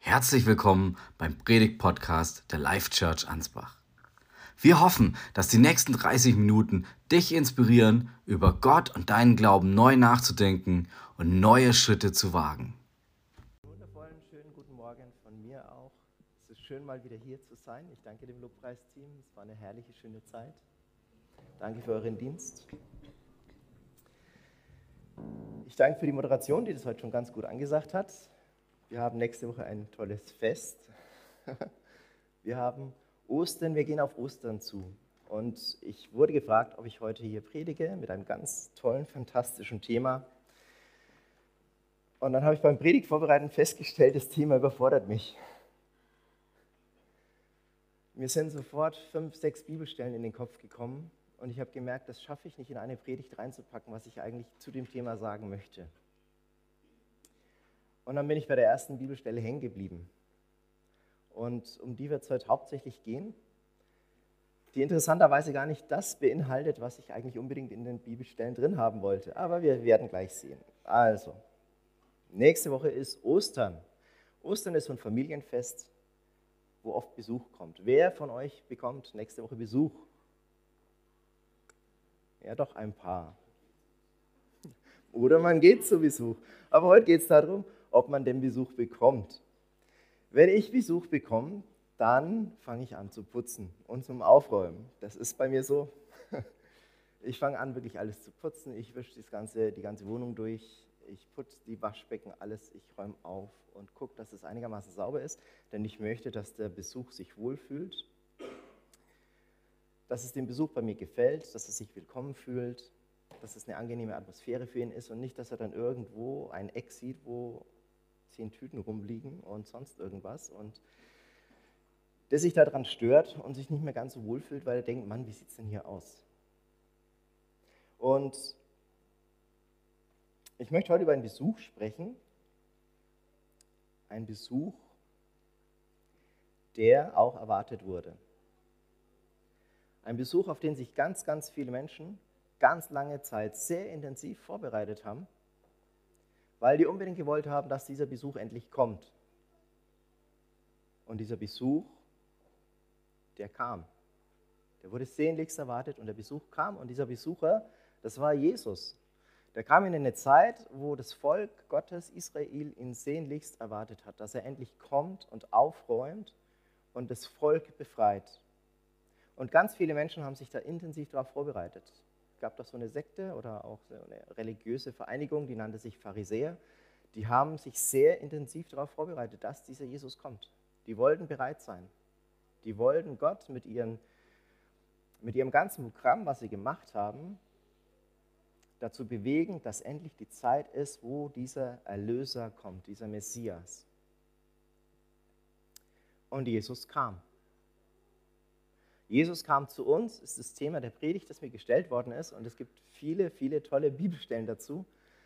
Herzlich willkommen beim Predigt-Podcast der Life Church Ansbach. Wir hoffen, dass die nächsten 30 Minuten dich inspirieren, über Gott und deinen Glauben neu nachzudenken und neue Schritte zu wagen. Wundervollen, schönen guten Morgen von mir auch. Es ist schön, mal wieder hier zu sein. Ich danke dem Lobpreisteam. Es war eine herrliche, schöne Zeit. Danke für euren Dienst. Ich danke für die Moderation, die das heute schon ganz gut angesagt hat. Wir haben nächste Woche ein tolles Fest. Wir haben Ostern, wir gehen auf Ostern zu. Und ich wurde gefragt, ob ich heute hier predige mit einem ganz tollen, fantastischen Thema. Und dann habe ich beim Predigtvorbereiten festgestellt, das Thema überfordert mich. Mir sind sofort 5, 6 Bibelstellen in den Kopf gekommen und ich habe gemerkt, das schaffe ich nicht in eine Predigt reinzupacken, was ich eigentlich zu dem Thema sagen möchte. Und dann bin ich bei der ersten Bibelstelle hängen geblieben. Und um die wird es heute hauptsächlich gehen, die interessanterweise gar nicht das beinhaltet, was ich eigentlich unbedingt in den Bibelstellen drin haben wollte. Aber wir werden gleich sehen. Also, nächste Woche ist Ostern. Ostern ist so ein Familienfest, wo oft Besuch kommt. Wer von euch bekommt nächste Woche Besuch? Ja, doch ein paar. Oder man geht zu Besuch. Aber heute geht es darum, ob man den Besuch bekommt. Wenn ich Besuch bekomme, dann fange ich an zu putzen und zum Aufräumen. Das ist bei mir so. Ich fange an, wirklich alles zu putzen. Ich wische die ganze Wohnung durch. Ich putze die Waschbecken, alles. Ich räume auf und gucke, dass es einigermaßen sauber ist. Denn ich möchte, dass der Besuch sich wohlfühlt. Dass es dem Besuch bei mir gefällt, dass er sich willkommen fühlt. Dass es eine angenehme Atmosphäre für ihn ist und nicht, dass er dann irgendwo ein Eck sieht, wo 10 Tüten rumliegen und sonst irgendwas und der sich daran stört und sich nicht mehr ganz so wohl fühlt, weil er denkt, Mann, wie sieht es denn hier aus? Und ich möchte heute über einen Besuch sprechen. Ein Besuch, der auch erwartet wurde. Ein Besuch, auf den sich ganz, ganz viele Menschen ganz lange Zeit sehr intensiv vorbereitet haben, weil die unbedingt gewollt haben, dass dieser Besuch endlich kommt. Und dieser Besuch, der kam. Der wurde sehnlichst erwartet und der Besuch kam. Und dieser Besucher, das war Jesus. Der kam in eine Zeit, wo das Volk Gottes, Israel, ihn sehnlichst erwartet hat, dass er endlich kommt und aufräumt und das Volk befreit. Und ganz viele Menschen haben sich da intensiv darauf vorbereitet. Es gab doch so eine Sekte oder auch so eine religiöse Vereinigung, die nannte sich Pharisäer. Die haben sich sehr intensiv darauf vorbereitet, dass dieser Jesus kommt. Die wollten bereit sein. Die wollten Gott mit ihrem ganzen Programm, was sie gemacht haben, dazu bewegen, dass endlich die Zeit ist, wo dieser Erlöser kommt, dieser Messias. Und Jesus kam. Jesus kam zu uns, ist das Thema der Predigt, das mir gestellt worden ist. Und es gibt viele, viele tolle Bibelstellen dazu.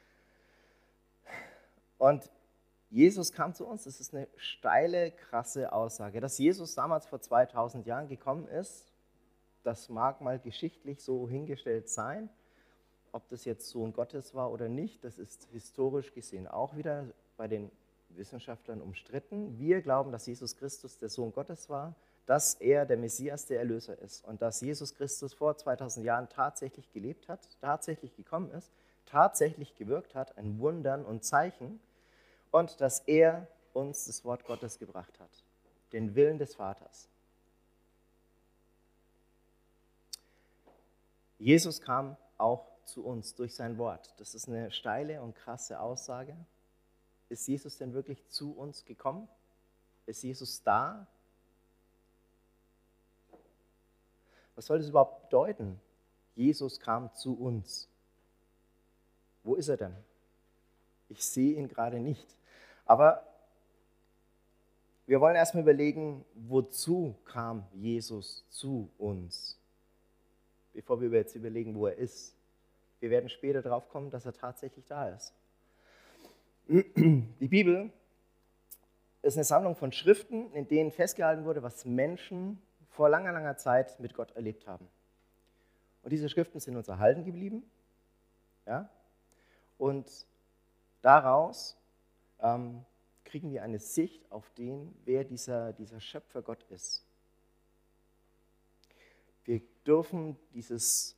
Und Jesus kam zu uns, das ist eine steile, krasse Aussage. Dass Jesus damals vor 2000 Jahren gekommen ist, das mag mal geschichtlich so hingestellt sein. Ob das jetzt Sohn Gottes war oder nicht, das ist historisch gesehen auch wieder bei den Wissenschaftlern umstritten. Wir glauben, dass Jesus Christus der Sohn Gottes war, dass er der Messias, der Erlöser ist und dass Jesus Christus vor 2000 Jahren tatsächlich gelebt hat, tatsächlich gekommen ist, tatsächlich gewirkt hat, an Wundern und Zeichen und dass er uns das Wort Gottes gebracht hat, den Willen des Vaters. Jesus kam auch zu uns durch sein Wort. Das ist eine steile und krasse Aussage. Ist Jesus denn wirklich zu uns gekommen? Ist Jesus da? Was soll das überhaupt bedeuten? Jesus kam zu uns. Wo ist er denn? Ich sehe ihn gerade nicht. Aber wir wollen erstmal überlegen, wozu kam Jesus zu uns? Bevor wir jetzt überlegen, wo er ist. Wir werden später darauf kommen, dass er tatsächlich da ist. Die Bibel ist eine Sammlung von Schriften, in denen festgehalten wurde, was Menschen vor langer, langer Zeit mit Gott erlebt haben. Und diese Schriften sind uns erhalten geblieben. Ja? Und daraus kriegen wir eine Sicht auf den, wer dieser Schöpfer Gott ist. Wir dürfen dieses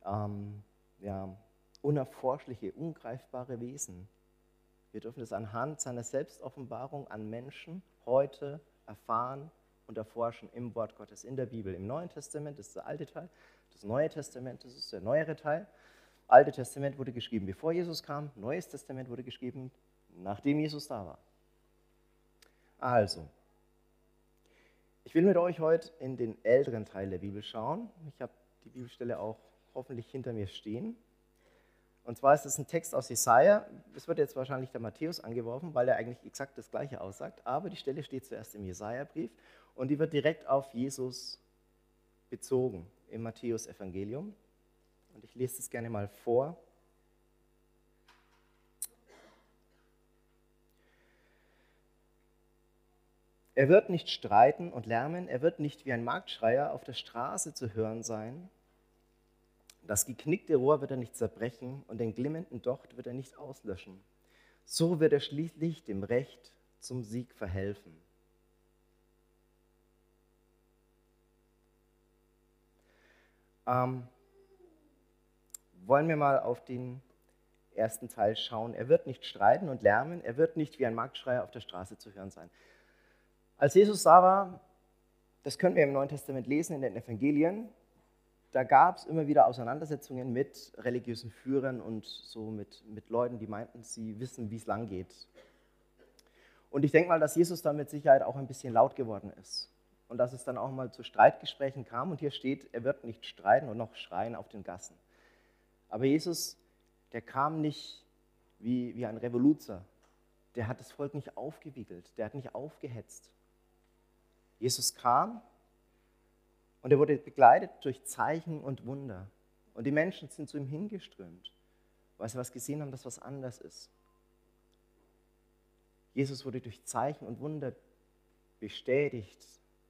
unerforschliche, ungreifbare Wesen, wir dürfen es anhand seiner Selbstoffenbarung an Menschen heute erfahren und erforschen im Wort Gottes, in der Bibel. Im Neuen Testament, das ist der alte Teil, das Neue Testament, das ist der neuere Teil. Alte Testament wurde geschrieben, bevor Jesus kam, Neues Testament wurde geschrieben, nachdem Jesus da war. Also, ich will mit euch heute in den älteren Teil der Bibel schauen. Ich habe die Bibelstelle auch hoffentlich hinter mir stehen. Und zwar ist es ein Text aus Jesaja. Es wird jetzt wahrscheinlich der Matthäus angeworfen, weil er eigentlich exakt das Gleiche aussagt. Aber die Stelle steht zuerst im Jesaja-Brief und die wird direkt auf Jesus bezogen im Matthäus-Evangelium. Und ich lese das gerne mal vor. Er wird nicht streiten und lärmen, er wird nicht wie ein Marktschreier auf der Straße zu hören sein. Das geknickte Rohr wird er nicht zerbrechen und den glimmenden Docht wird er nicht auslöschen. So wird er schließlich dem Recht zum Sieg verhelfen. Wollen wir mal auf den ersten Teil schauen. Er wird nicht streiten und lärmen, er wird nicht wie ein Marktschreier auf der Straße zu hören sein. Als Jesus da war, das können wir im Neuen Testament lesen in den Evangelien, da gab es immer wieder Auseinandersetzungen mit religiösen Führern und so mit Leuten, die meinten, sie wissen, wie es lang geht. Und ich denke mal, dass Jesus da mit Sicherheit auch ein bisschen laut geworden ist. Und dass es dann auch mal zu Streitgesprächen kam. Und hier steht, er wird nicht streiten und noch schreien auf den Gassen. Aber Jesus, der kam nicht wie ein Revoluzer. Der hat das Volk nicht aufgewiegelt, der hat nicht aufgehetzt. Jesus kam und er wurde begleitet durch Zeichen und Wunder. Und die Menschen sind zu ihm hingeströmt, weil sie was gesehen haben, das was anders ist. Jesus wurde durch Zeichen und Wunder bestätigt.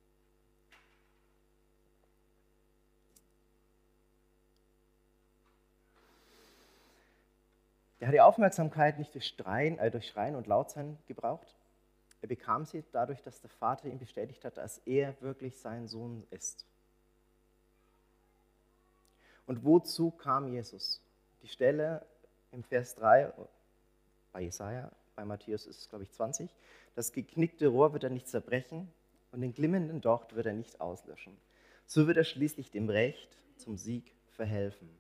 Er hat die Aufmerksamkeit nicht durch Schreien und Lautsein gebraucht. Er bekam sie dadurch, dass der Vater ihm bestätigt hat, dass er wirklich sein Sohn ist. Und wozu kam Jesus? Die Stelle im Vers 3 bei Jesaja, bei Matthäus ist es, glaube ich, 20. Das geknickte Rohr wird er nicht zerbrechen und den glimmenden Docht wird er nicht auslöschen. So wird er schließlich dem Recht zum Sieg verhelfen.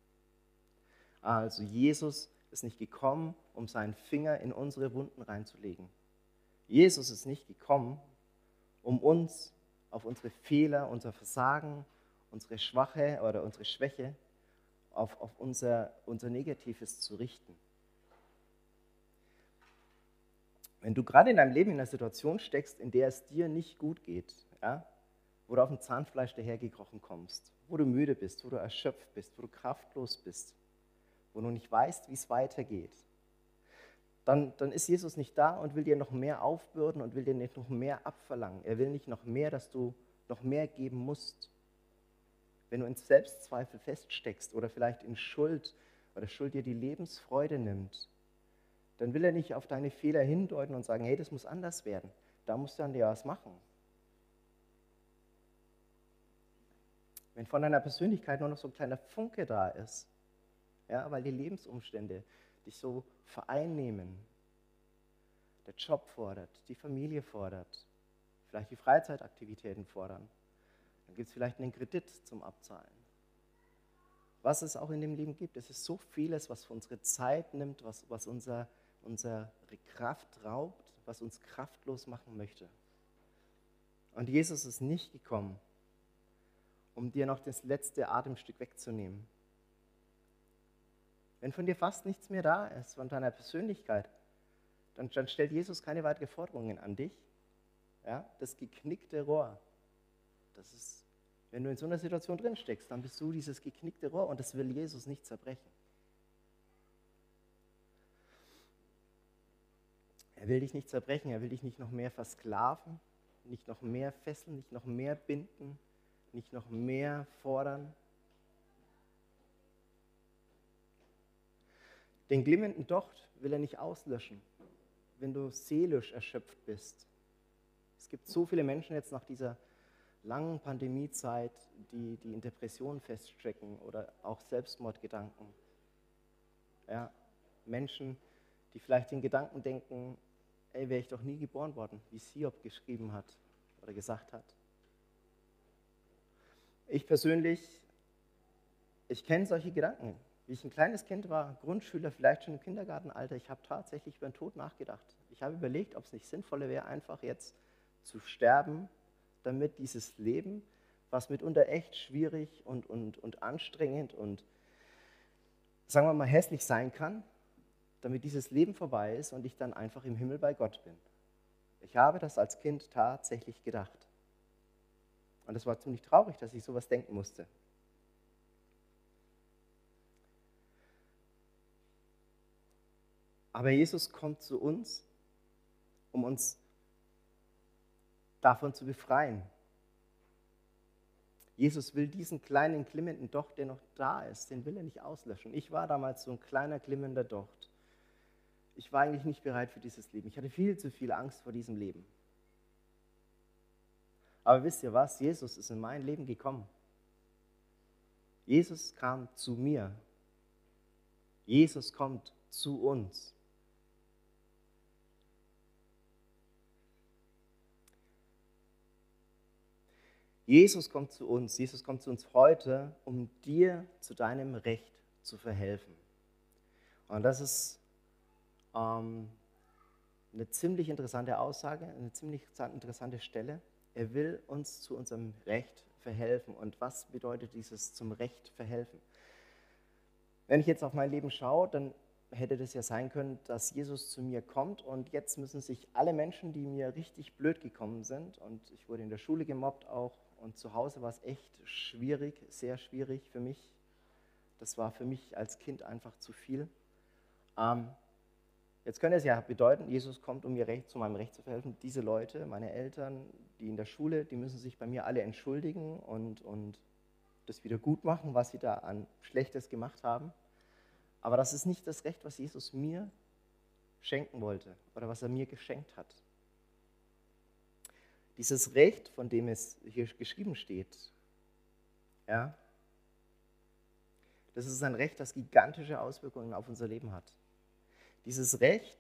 Also Jesus ist nicht gekommen, um seinen Finger in unsere Wunden reinzulegen. Jesus ist nicht gekommen, um uns auf unsere Fehler, unser Versagen, unsere Schwache oder unsere Schwäche, auf unser Negatives zu richten. Wenn du gerade in deinem Leben in einer Situation steckst, in der es dir nicht gut geht, ja, wo du auf dem Zahnfleisch dahergekrochen kommst, wo du müde bist, wo du erschöpft bist, wo du kraftlos bist, wo du nicht weißt, wie es weitergeht, dann ist Jesus nicht da und will dir noch mehr aufbürden und will dir nicht noch mehr abverlangen. Er will nicht noch mehr, dass du noch mehr geben musst. Wenn du in Selbstzweifel feststeckst oder vielleicht in Schuld oder Schuld dir die Lebensfreude nimmt, dann will er nicht auf deine Fehler hindeuten und sagen, hey, das muss anders werden. Da musst du an dir was machen. Wenn von deiner Persönlichkeit nur noch so ein kleiner Funke da ist, ja, weil die Lebensumstände dich so vereinnehmen, der Job fordert, die Familie fordert, vielleicht die Freizeitaktivitäten fordern, dann gibt es vielleicht einen Kredit zum Abzahlen. Was es auch in dem Leben gibt, es ist so vieles, was unsere Zeit nimmt, was unsere Kraft raubt, was uns kraftlos machen möchte. Und Jesus ist nicht gekommen, um dir noch das letzte Atemstück wegzunehmen. Wenn von dir fast nichts mehr da ist, von deiner Persönlichkeit, dann stellt Jesus keine weiteren Forderungen an dich. Ja, das geknickte Rohr, das ist, wenn du in so einer Situation drin steckst, dann bist du dieses geknickte Rohr und das will Jesus nicht zerbrechen. Er will dich nicht zerbrechen, er will dich nicht noch mehr versklaven, nicht noch mehr fesseln, nicht noch mehr binden, nicht noch mehr fordern. Den glimmenden Docht will er nicht auslöschen, wenn du seelisch erschöpft bist. Es gibt so viele Menschen jetzt nach dieser langen Pandemiezeit, die in Depressionen feststecken oder auch Selbstmordgedanken. Ja, Menschen, die vielleicht den Gedanken denken, ey, wäre ich doch nie geboren worden, wie es Hiob geschrieben hat oder gesagt hat. Ich persönlich, ich kenne solche Gedanken. Wie ich ein kleines Kind war, Grundschüler, vielleicht schon im Kindergartenalter, ich habe tatsächlich über den Tod nachgedacht. Ich habe überlegt, ob es nicht sinnvoller wäre, einfach jetzt zu sterben, damit dieses Leben, was mitunter echt schwierig und anstrengend und, sagen wir mal, hässlich sein kann, damit dieses Leben vorbei ist und ich dann einfach im Himmel bei Gott bin. Ich habe das als Kind tatsächlich gedacht. Und es war ziemlich traurig, dass ich sowas denken musste. Aber Jesus kommt zu uns, um uns davon zu befreien. Jesus will diesen kleinen glimmenden Docht, der noch da ist, den will er nicht auslöschen. Ich war damals so ein kleiner glimmender Docht. Ich war eigentlich nicht bereit für dieses Leben. Ich hatte viel zu viel Angst vor diesem Leben. Aber wisst ihr was? Jesus ist in mein Leben gekommen. Jesus kam zu mir. Jesus kommt zu uns. Jesus kommt zu uns. Jesus kommt zu uns heute, um dir zu deinem Recht zu verhelfen. Und das ist eine ziemlich interessante Aussage, eine ziemlich interessante Stelle. Er will uns zu unserem Recht verhelfen. Und was bedeutet dieses zum Recht verhelfen? Wenn ich jetzt auf mein Leben schaue, dann hätte das ja sein können, dass Jesus zu mir kommt und jetzt müssen sich alle Menschen, die mir richtig blöd gekommen sind, und ich wurde in der Schule gemobbt auch und zu Hause war es echt schwierig, sehr schwierig für mich. Das war für mich als Kind einfach zu viel. Jetzt könnte es ja bedeuten, Jesus kommt, um mir zu meinem Recht zu verhelfen. Diese Leute, meine Eltern, die in der Schule, die müssen sich bei mir alle entschuldigen und das wieder gut machen, was sie da an Schlechtes gemacht haben. Aber das ist nicht das Recht, was Jesus mir schenken wollte oder was er mir geschenkt hat. Dieses Recht, von dem es hier geschrieben steht, ja, das ist ein Recht, das gigantische Auswirkungen auf unser Leben hat. Dieses Recht,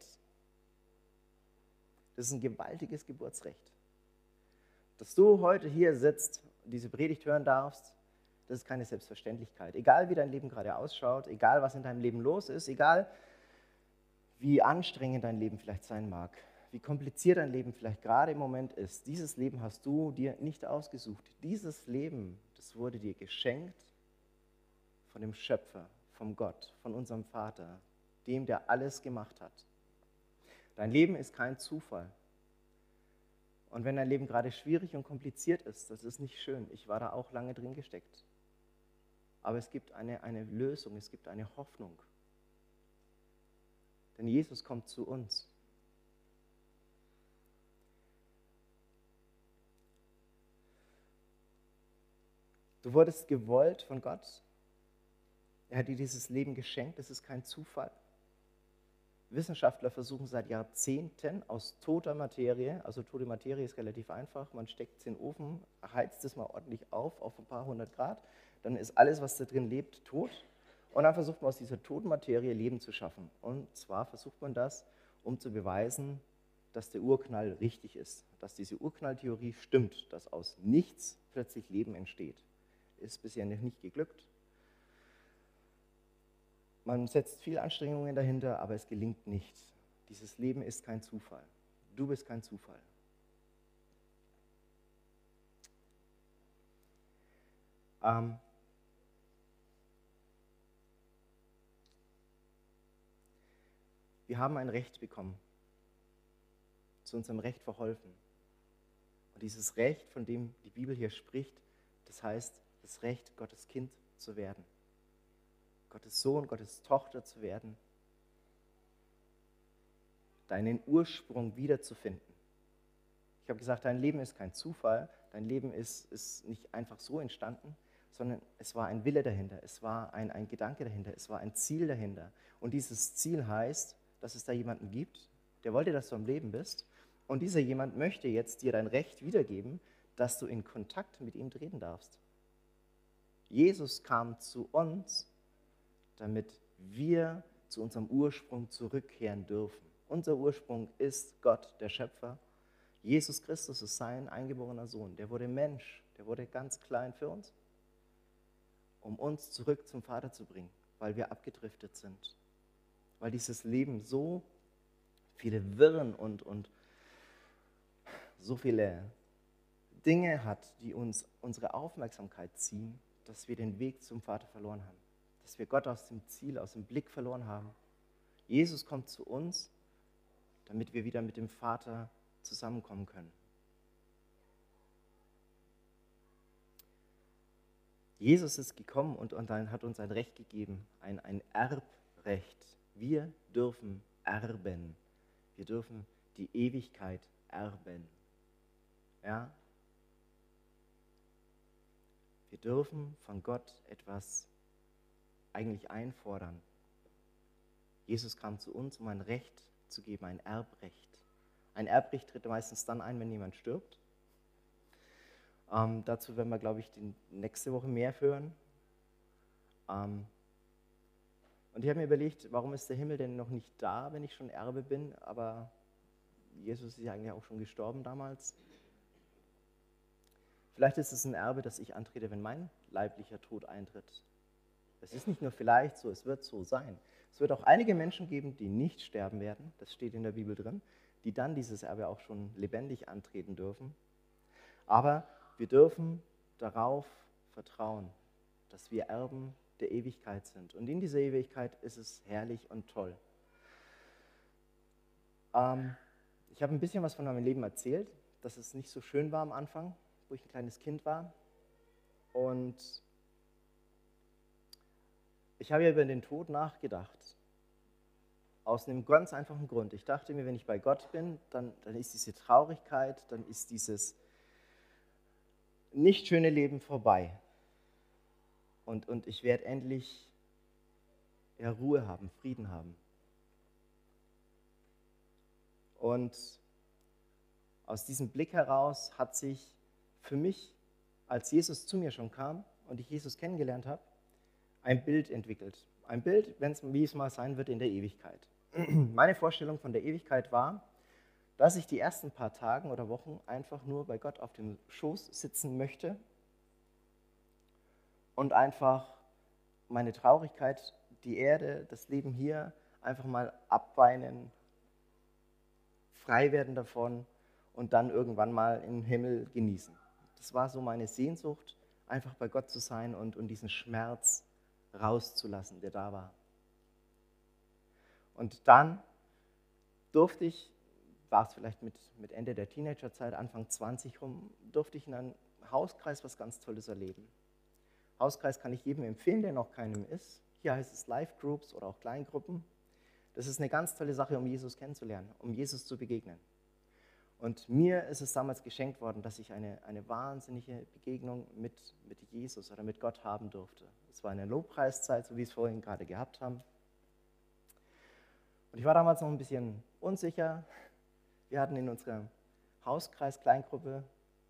das ist ein gewaltiges Geburtsrecht. Dass du heute hier sitzt und diese Predigt hören darfst, das ist keine Selbstverständlichkeit. Egal wie dein Leben gerade ausschaut, egal was in deinem Leben los ist, egal wie anstrengend dein Leben vielleicht sein mag, wie kompliziert dein Leben vielleicht gerade im Moment ist, dieses Leben hast du dir nicht ausgesucht. Dieses Leben, das wurde dir geschenkt von dem Schöpfer, vom Gott, von unserem Vater, dem, der alles gemacht hat. Dein Leben ist kein Zufall. Und wenn dein Leben gerade schwierig und kompliziert ist, das ist nicht schön. Ich war da auch lange drin gesteckt. Aber es gibt eine Lösung, es gibt eine Hoffnung. Denn Jesus kommt zu uns. Du wurdest gewollt von Gott. Er hat dir dieses Leben geschenkt, das ist kein Zufall. Wissenschaftler versuchen seit Jahrzehnten aus toter Materie, also tote Materie ist relativ einfach, man steckt es in den Ofen, heizt es mal ordentlich auf ein paar hundert Grad, dann ist alles, was da drin lebt, tot. Und dann versucht man aus dieser toten Materie Leben zu schaffen. Und zwar versucht man das, um zu beweisen, dass der Urknall richtig ist, dass diese Urknalltheorie stimmt, dass aus nichts plötzlich Leben entsteht. Ist bisher noch nicht geglückt. Man setzt viel Anstrengungen dahinter, aber es gelingt nicht. Dieses Leben ist kein Zufall. Du bist kein Zufall. Wir haben ein Recht bekommen, zu unserem Recht verholfen. Und dieses Recht, von dem die Bibel hier spricht, das heißt, das Recht, Gottes Kind zu werden. Gottes Sohn, Gottes Tochter zu werden, deinen Ursprung wiederzufinden. Ich habe gesagt, dein Leben ist kein Zufall, dein Leben ist nicht einfach so entstanden, sondern es war ein Wille dahinter, es war ein Gedanke dahinter, es war ein Ziel dahinter. Und dieses Ziel heißt, dass es da jemanden gibt, Der wollte, dass du am Leben bist. Und dieser jemand möchte jetzt dir dein Recht wiedergeben, dass du in Kontakt mit ihm treten darfst. Jesus kam zu uns, damit wir zu unserem Ursprung zurückkehren dürfen. Unser Ursprung ist Gott, der Schöpfer. Jesus Christus ist sein eingeborener Sohn. Der wurde Mensch, der wurde ganz klein für uns, um uns zurück zum Vater zu bringen, weil wir abgedriftet sind. Weil dieses Leben so viele Wirren und so viele Dinge hat, die uns unsere Aufmerksamkeit ziehen, dass wir den Weg zum Vater verloren haben. Dass wir Gott aus dem Ziel, aus dem Blick verloren haben. Jesus kommt zu uns, damit wir wieder mit dem Vater zusammenkommen können. Jesus ist gekommen und dann hat uns ein Recht gegeben, ein Erbrecht. Wir dürfen erben. Wir dürfen die Ewigkeit erben. Ja? Wir dürfen von Gott etwas eigentlich einfordern. Jesus kam zu uns, um ein Recht zu geben, ein Erbrecht. Ein Erbrecht tritt meistens dann ein, wenn jemand stirbt. Dazu werden wir, glaube ich, die nächste Woche mehr hören. Und ich habe mir überlegt, warum ist der Himmel denn noch nicht da, wenn ich schon Erbe bin? Aber Jesus ist ja eigentlich auch schon gestorben damals. Vielleicht ist es ein Erbe, das ich antrete, wenn mein leiblicher Tod eintritt. Es ist nicht nur vielleicht so, es wird so sein. Es wird auch einige Menschen geben, die nicht sterben werden, das steht in der Bibel drin, die dann dieses Erbe auch schon lebendig antreten dürfen. Aber wir dürfen darauf vertrauen, dass wir Erben der Ewigkeit sind. Und in dieser Ewigkeit ist es herrlich und toll. Ich habe ein bisschen was von meinem Leben erzählt, dass es nicht so schön war am Anfang, wo ich ein kleines Kind war. Und ich habe ja über den Tod nachgedacht. Aus einem ganz einfachen Grund. Ich dachte mir, wenn ich bei Gott bin, dann ist diese Traurigkeit, dann ist dieses nicht schöne Leben vorbei. Und ich werde endlich Ruhe haben, Frieden haben. Und aus diesem Blick heraus hat sich für mich, als Jesus zu mir schon kam und ich Jesus kennengelernt habe, ein Bild entwickelt. Ein Bild, wie es mal sein wird in der Ewigkeit. Meine Vorstellung von der Ewigkeit war, dass ich die ersten paar Tage oder Wochen einfach nur bei Gott auf dem Schoß sitzen möchte und einfach meine Traurigkeit, die Erde, das Leben hier einfach mal abweinen, frei werden davon und dann irgendwann mal im Himmel genießen. Das war so meine Sehnsucht, einfach bei Gott zu sein und diesen Schmerz rauszulassen, der da war. Und dann durfte ich, war es vielleicht mit Ende der Teenagerzeit, Anfang 20 rum, durfte ich in einem Hauskreis was ganz Tolles erleben. Hauskreis kann ich jedem empfehlen, der noch keinem ist. Hier heißt es Life Groups oder auch Kleingruppen. Das ist eine ganz tolle Sache, um Jesus kennenzulernen, um Jesus zu begegnen. Und mir ist es damals geschenkt worden, dass ich eine wahnsinnige Begegnung mit Jesus oder mit Gott haben durfte. Es war eine Lobpreiszeit, so wie wir es vorhin gerade gehabt haben. Und ich war damals noch ein bisschen unsicher. Wir hatten in unserer Hauskreis-Kleingruppe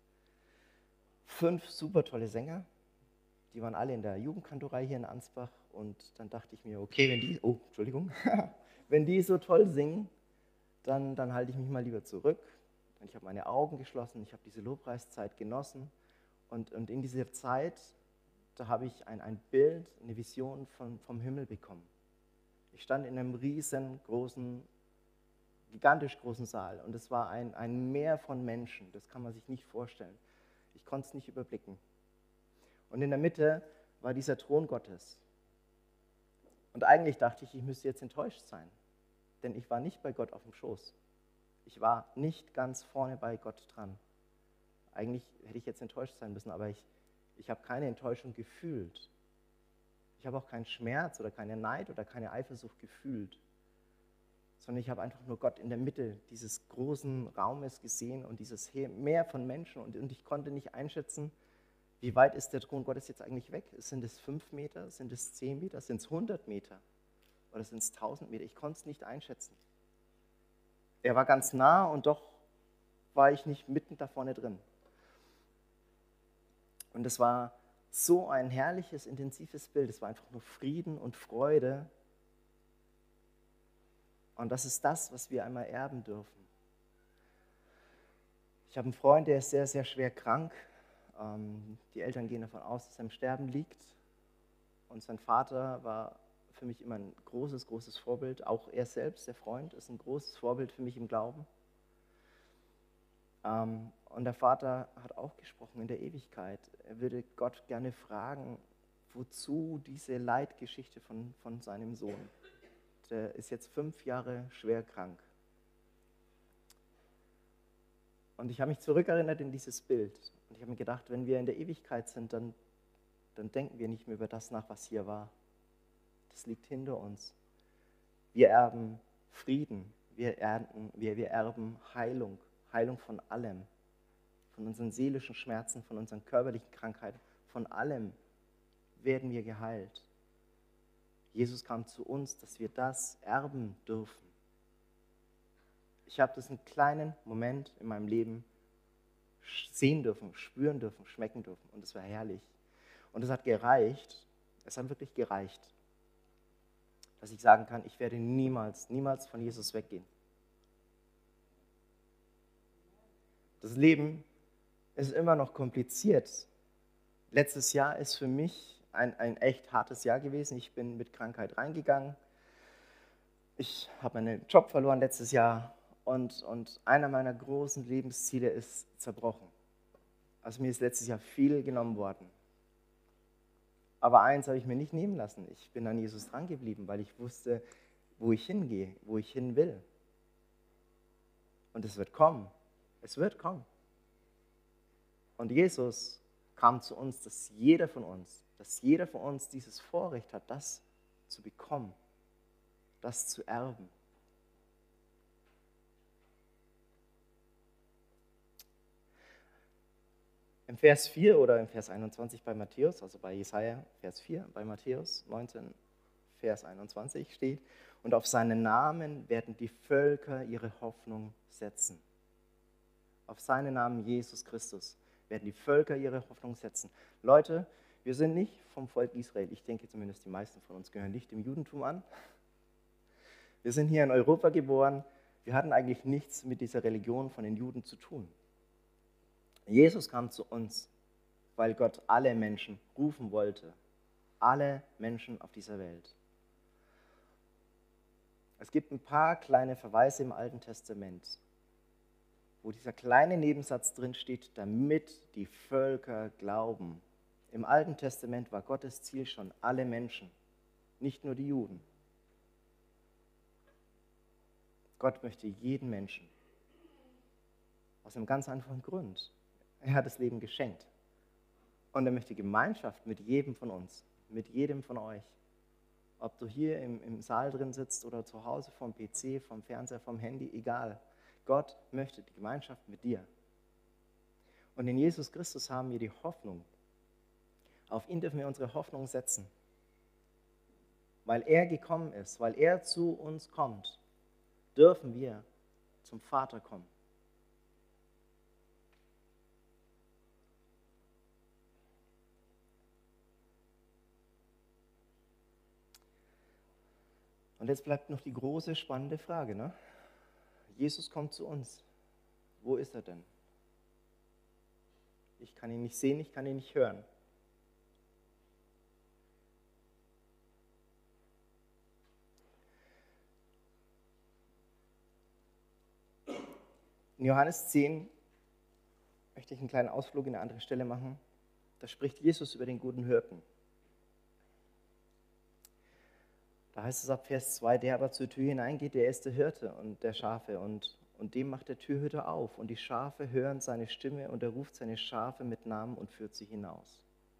5 super tolle Sänger. Die waren alle in der Jugendkantorei hier in Ansbach. Und dann dachte ich mir, okay, wenn die so toll singen, dann halte ich mich mal lieber zurück. Und ich habe meine Augen geschlossen, ich habe diese Lobpreiszeit genossen. Und in dieser Zeit, da habe ich ein Bild, eine Vision vom Himmel bekommen. Ich stand in einem riesengroßen, gigantisch großen Saal und es war ein Meer von Menschen, das kann man sich nicht vorstellen. Ich konnte es nicht überblicken. Und in der Mitte war dieser Thron Gottes. Und eigentlich dachte ich müsste jetzt enttäuscht sein, denn ich war nicht bei Gott auf dem Schoß. Ich war nicht ganz vorne bei Gott dran. Eigentlich hätte ich jetzt enttäuscht sein müssen, aber ich habe keine Enttäuschung gefühlt. Ich habe auch keinen Schmerz oder keine Neid oder keine Eifersucht gefühlt, sondern ich habe einfach nur Gott in der Mitte dieses großen Raumes gesehen und dieses Meer von Menschen und ich konnte nicht einschätzen, wie weit ist der Thron Gottes jetzt eigentlich weg? Sind es 5 Meter, sind es 10 Meter, sind es 100 Meter oder sind es 1000 Meter? Ich konnte es nicht einschätzen. Er war ganz nah und doch war ich nicht mitten da vorne drin. Und es war so ein herrliches, intensives Bild. Es war einfach nur Frieden und Freude. Und das ist das, was wir einmal erben dürfen. Ich habe einen Freund, der ist sehr, sehr schwer krank. Die Eltern gehen davon aus, dass er im Sterben liegt. Und sein Vater war für mich immer ein großes, großes Vorbild. Auch er selbst, der Freund, ist ein großes Vorbild für mich im Glauben. Und der Vater hat auch gesprochen in der Ewigkeit. Er würde Gott gerne fragen, wozu diese Leidgeschichte von seinem Sohn. Der ist jetzt 5 Jahre schwer krank. Und ich habe mich zurückerinnert in dieses Bild. Und ich habe mir gedacht, wenn wir in der Ewigkeit sind, dann denken wir nicht mehr über das nach, was hier war. Das liegt hinter uns. Wir erben Frieden. Wir erben Heilung. Heilung von allem. Von unseren seelischen Schmerzen, von unseren körperlichen Krankheiten. Von allem werden wir geheilt. Jesus kam zu uns, dass wir das erben dürfen. Ich habe das einen kleinen Moment in meinem Leben sehen dürfen, spüren dürfen, schmecken dürfen. Und es war herrlich. Und es hat gereicht, es hat wirklich gereicht, dass ich sagen kann, ich werde niemals, niemals von Jesus weggehen. Das Leben ist immer noch kompliziert. Letztes Jahr ist für mich ein echt hartes Jahr gewesen. Ich bin mit Krankheit reingegangen. Ich habe meinen Job verloren letztes Jahr und einer meiner großen Lebensziele ist zerbrochen. Also mir ist letztes Jahr viel genommen worden. Aber eins habe ich mir nicht nehmen lassen. Ich bin an Jesus dran geblieben, weil ich wusste, wo ich hingehe, wo ich hin will. Und es wird kommen. Es wird kommen. Und Jesus kam zu uns, dass jeder von uns dieses Vorrecht hat, das zu bekommen, das zu erben. Im Vers 4 oder im Vers 21 bei Matthäus, also bei Jesaja, Vers 4, bei Matthäus 19, Vers 21 steht, und auf seinen Namen werden die Völker ihre Hoffnung setzen. Auf seinen Namen Jesus Christus werden die Völker ihre Hoffnung setzen. Leute, wir sind nicht vom Volk Israel. Ich denke zumindest, die meisten von uns gehören nicht dem Judentum an. Wir sind hier in Europa geboren. Wir hatten eigentlich nichts mit dieser Religion von den Juden zu tun. Jesus kam zu uns, weil Gott alle Menschen rufen wollte. Alle Menschen auf dieser Welt. Es gibt ein paar kleine Verweise im Alten Testament, wo dieser kleine Nebensatz drin steht, damit die Völker glauben. Im Alten Testament war Gottes Ziel schon alle Menschen, nicht nur die Juden. Gott möchte jeden Menschen. Aus einem ganz einfachen Grund. Er hat das Leben geschenkt. Und er möchte Gemeinschaft mit jedem von uns, mit jedem von euch. Ob du hier im Saal drin sitzt oder zu Hause vom PC, vom Fernseher, vom Handy, egal. Gott möchte die Gemeinschaft mit dir. Und in Jesus Christus haben wir die Hoffnung. Auf ihn dürfen wir unsere Hoffnung setzen. Weil er gekommen ist, weil er zu uns kommt, dürfen wir zum Vater kommen. Und jetzt bleibt noch die große, spannende Frage, ne? Jesus kommt zu uns. Wo ist er denn? Ich kann ihn nicht sehen, ich kann ihn nicht hören. In Johannes 10 möchte ich einen kleinen Ausflug in eine andere Stelle machen. Da spricht Jesus über den guten Hirten. Da heißt es ab Vers 2, der aber zur Tür hineingeht, der ist der Hirte und der Schafe und dem macht der Türhüter auf und die Schafe hören seine Stimme und er ruft seine Schafe mit Namen und führt sie hinaus.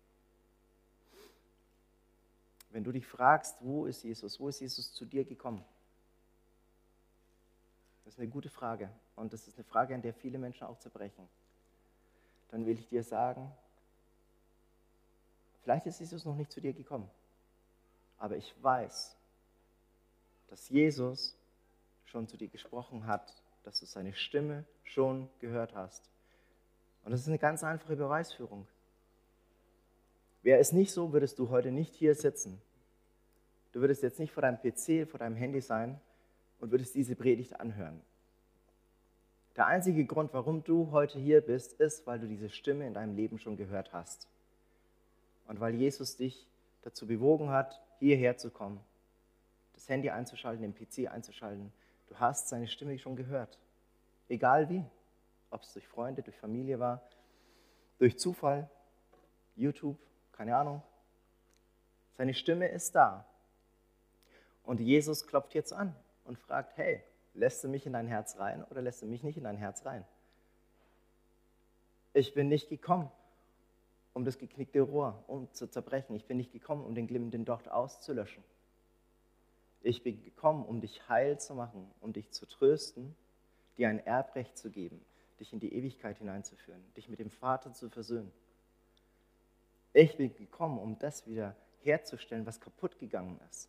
Wenn du dich fragst, wo ist Jesus zu dir gekommen? Das ist eine gute Frage und das ist eine Frage, an der viele Menschen auch zerbrechen. Dann will ich dir sagen, vielleicht ist Jesus noch nicht zu dir gekommen, aber ich weiß, dass Jesus schon zu dir gesprochen hat dass du seine Stimme schon gehört hast. Und das ist eine ganz einfache Beweisführung. Wäre es nicht so, würdest du heute nicht hier sitzen. Du würdest jetzt nicht vor deinem PC, vor deinem Handy sein und würdest diese Predigt anhören. Der einzige Grund, warum du heute hier bist, ist, weil du diese Stimme in deinem Leben schon gehört hast. Und weil Jesus dich dazu bewogen hat, hierher zu kommen, das Handy einzuschalten, den PC einzuschalten. Du hast seine Stimme schon gehört. Egal wie. Ob es durch Freunde, durch Familie war, durch Zufall, YouTube, keine Ahnung. Seine Stimme ist da. Und Jesus klopft jetzt an und fragt, hey, lässt du mich in dein Herz rein oder lässt du mich nicht in dein Herz rein? Ich bin nicht gekommen, um das geknickte Rohr zu zerbrechen. Ich bin nicht gekommen, um den glimmenden Docht auszulöschen. Ich bin gekommen, um dich heil zu machen, um dich zu trösten, dir ein Erbrecht zu geben, dich in die Ewigkeit hineinzuführen, dich mit dem Vater zu versöhnen. Ich bin gekommen, um das wieder herzustellen, was kaputt gegangen ist.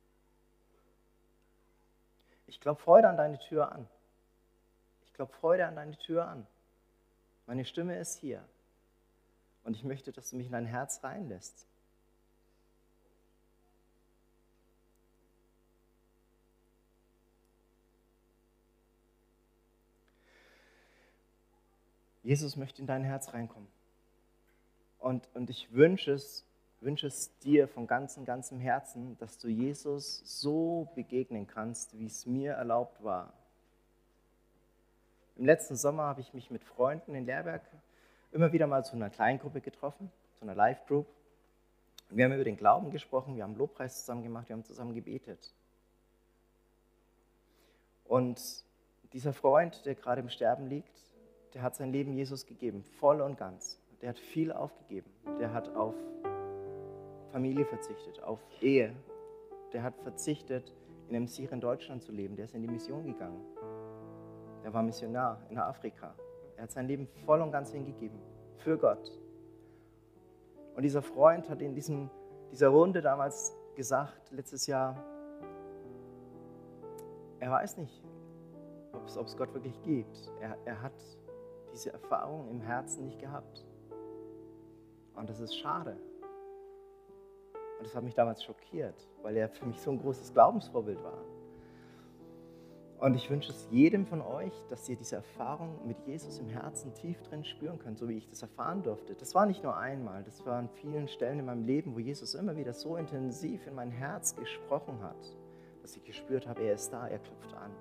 Ich klopfe Freude an deine Tür an. Ich klopfe Freude an deine Tür an. Meine Stimme ist hier. Und ich möchte, dass du mich in dein Herz reinlässt. Jesus möchte in dein Herz reinkommen. Und ich wünsche es dir von ganzem Herzen, dass du Jesus so begegnen kannst, wie es mir erlaubt war. Im letzten Sommer habe ich mich mit Freunden in Lehrberg immer wieder mal zu einer Kleingruppe getroffen, zu einer Live-Group. Wir haben über den Glauben gesprochen, wir haben Lobpreis zusammen gemacht, wir haben zusammen gebetet. Und dieser Freund, der gerade im Sterben liegt, der hat sein Leben Jesus gegeben, voll und ganz. Der hat viel aufgegeben. Der hat auf Familie verzichtet, auf Ehe. Der hat verzichtet, in einem sicheren Deutschland zu leben. Der ist in die Mission gegangen. Der war Missionar in Afrika. Er hat sein Leben voll und ganz hingegeben, für Gott. Und dieser Freund hat in dieser Runde damals gesagt, letztes Jahr, er weiß nicht, ob es Gott wirklich gibt. Er hat diese Erfahrung im Herzen nicht gehabt. Und das ist schade. Und das hat mich damals schockiert, weil er für mich so ein großes Glaubensvorbild war. Und ich wünsche es jedem von euch, dass ihr diese Erfahrung mit Jesus im Herzen tief drin spüren könnt, so wie ich das erfahren durfte. Das war nicht nur einmal, das war an vielen Stellen in meinem Leben, wo Jesus immer wieder so intensiv in mein Herz gesprochen hat, dass ich gespürt habe, er ist da, er klopft an.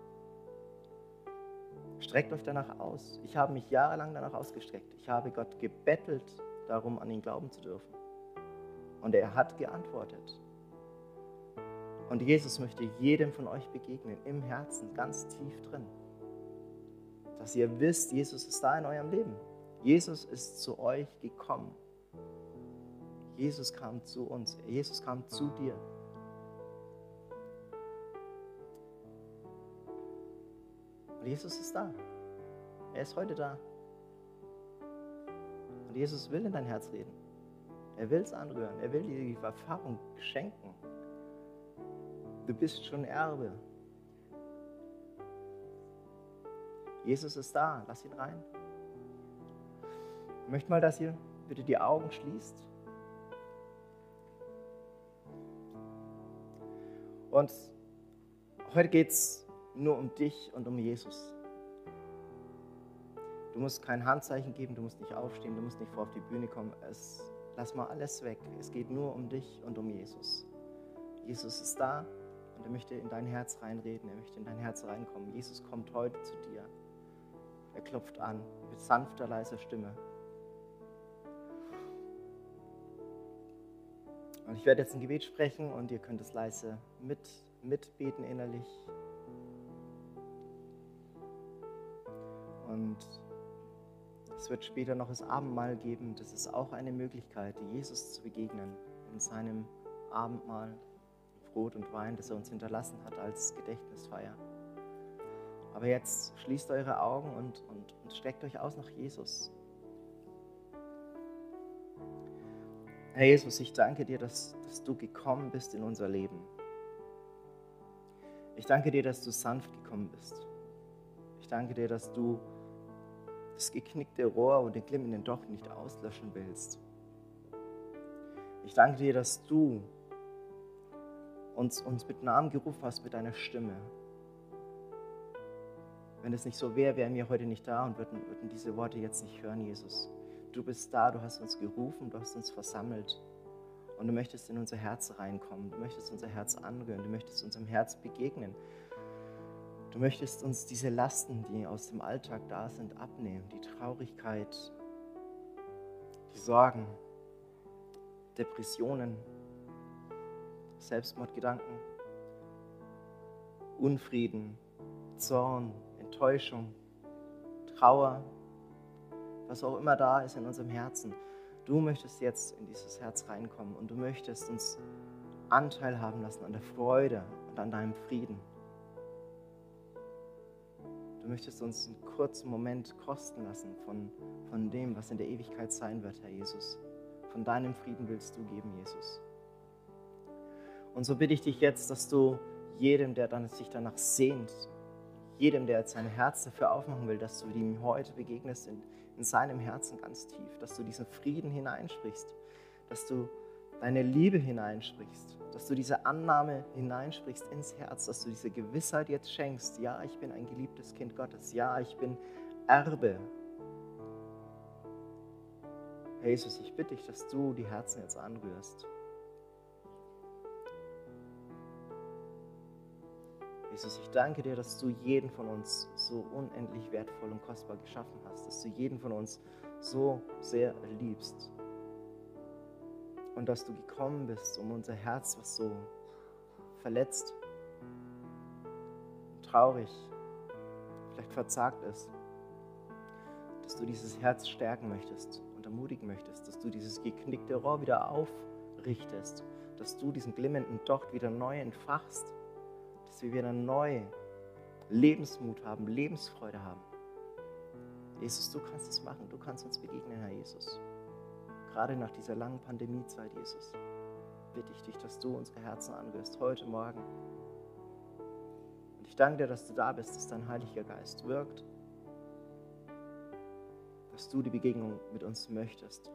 Streckt euch danach aus. Ich habe mich jahrelang danach ausgestreckt. Ich habe Gott gebettelt, darum an ihn glauben zu dürfen. Und er hat geantwortet. Und Jesus möchte jedem von euch begegnen, im Herzen, ganz tief drin. Dass ihr wisst, Jesus ist da in eurem Leben. Jesus ist zu euch gekommen. Jesus kam zu uns. Jesus kam zu dir. Und Jesus ist da. Er ist heute da. Und Jesus will in dein Herz reden. Er will es anrühren. Er will dir die Erfahrung schenken. Du bist schon Erbe. Jesus ist da. Lass ihn rein. Ich möchte mal, dass ihr bitte die Augen schließt. Und heute geht es nur um dich und um Jesus. Du musst kein Handzeichen geben, du musst nicht aufstehen, du musst nicht vor auf die Bühne kommen. Lass mal alles weg. Es geht nur um dich und um Jesus. Jesus ist da und er möchte in dein Herz reinreden, er möchte in dein Herz reinkommen. Jesus kommt heute zu dir. Er klopft an mit sanfter, leiser Stimme. Und ich werde jetzt ein Gebet sprechen und ihr könnt es leise mitbeten innerlich. Und es wird später noch das Abendmahl geben. Das ist auch eine Möglichkeit, Jesus zu begegnen in seinem Abendmahl, Brot und Wein, das er uns hinterlassen hat als Gedächtnisfeier. Aber jetzt schließt eure Augen und streckt euch aus nach Jesus. Herr Jesus, ich danke dir, dass du gekommen bist in unser Leben. Ich danke dir, dass du sanft gekommen bist. Ich danke dir, dass du das geknickte Rohr und den glimmenden Docht nicht auslöschen willst. Ich danke dir, dass du uns mit Namen gerufen hast, mit deiner Stimme. Wenn es nicht so wäre, wären wir heute nicht da und würden diese Worte jetzt nicht hören, Jesus. Du bist da, du hast uns gerufen, du hast uns versammelt und du möchtest in unser Herz reinkommen, du möchtest unser Herz anrühren, du möchtest unserem Herz begegnen. Du möchtest uns diese Lasten, die aus dem Alltag da sind, abnehmen, die Traurigkeit, die Sorgen, Depressionen, Selbstmordgedanken, Unfrieden, Zorn, Enttäuschung, Trauer, was auch immer da ist in unserem Herzen. Du möchtest jetzt in dieses Herz reinkommen und du möchtest uns Anteil haben lassen an der Freude und an deinem Frieden. Du möchtest uns einen kurzen Moment kosten lassen von dem, was in der Ewigkeit sein wird, Herr Jesus. Von deinem Frieden willst du geben, Jesus. Und so bitte ich dich jetzt, dass du jedem, der sich danach sehnt, jedem, der jetzt sein Herz dafür aufmachen will, dass du ihm heute begegnest in seinem Herzen ganz tief, dass du diesen Frieden hineinsprichst, dass du deine Liebe hineinsprichst, dass du diese Annahme hineinsprichst ins Herz, dass du diese Gewissheit jetzt schenkst, ja, ich bin ein geliebtes Kind Gottes, ja, ich bin Erbe. Herr Jesus, ich bitte dich, dass du die Herzen jetzt anrührst. Jesus, ich danke dir, dass du jeden von uns so unendlich wertvoll und kostbar geschaffen hast, dass du jeden von uns so sehr liebst und dass du gekommen bist, um unser Herz, was so verletzt, traurig, vielleicht verzagt ist, dass du dieses Herz stärken möchtest und ermutigen möchtest, dass du dieses geknickte Rohr wieder aufrichtest, dass du diesen glimmenden Docht wieder neu entfachst, dass wir wieder neu Lebensmut haben, Lebensfreude haben. Jesus, du kannst es machen, du kannst uns begegnen, Herr Jesus. Gerade nach dieser langen Pandemiezeit, Jesus, bitte ich dich, dass du unsere Herzen anrührst, heute Morgen. Und ich danke dir, dass du da bist, dass dein Heiliger Geist wirkt, dass du die Begegnung mit uns möchtest.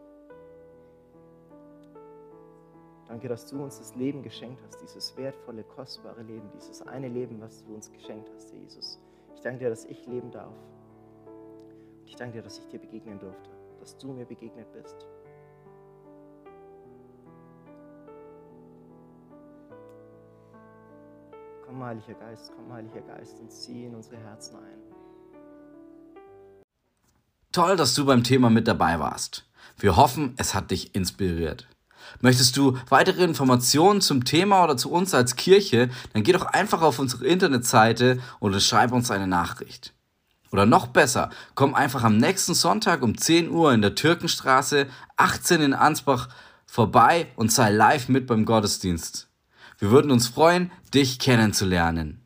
Danke, dass du uns das Leben geschenkt hast, dieses wertvolle, kostbare Leben, dieses eine Leben, was du uns geschenkt hast, Jesus. Ich danke dir, dass ich leben darf. Und ich danke dir, dass ich dir begegnen durfte, dass du mir begegnet bist. Komm, Heiliger Geist, und zieh in unsere Herzen ein. Toll, dass du beim Thema mit dabei warst. Wir hoffen, es hat dich inspiriert. Möchtest du weitere Informationen zum Thema oder zu uns als Kirche, dann geh doch einfach auf unsere Internetseite oder schreib uns eine Nachricht. Oder noch besser, komm einfach am nächsten Sonntag um 10 Uhr in der Türkenstraße 18 in Ansbach vorbei und sei live mit beim Gottesdienst. Wir würden uns freuen, dich kennenzulernen.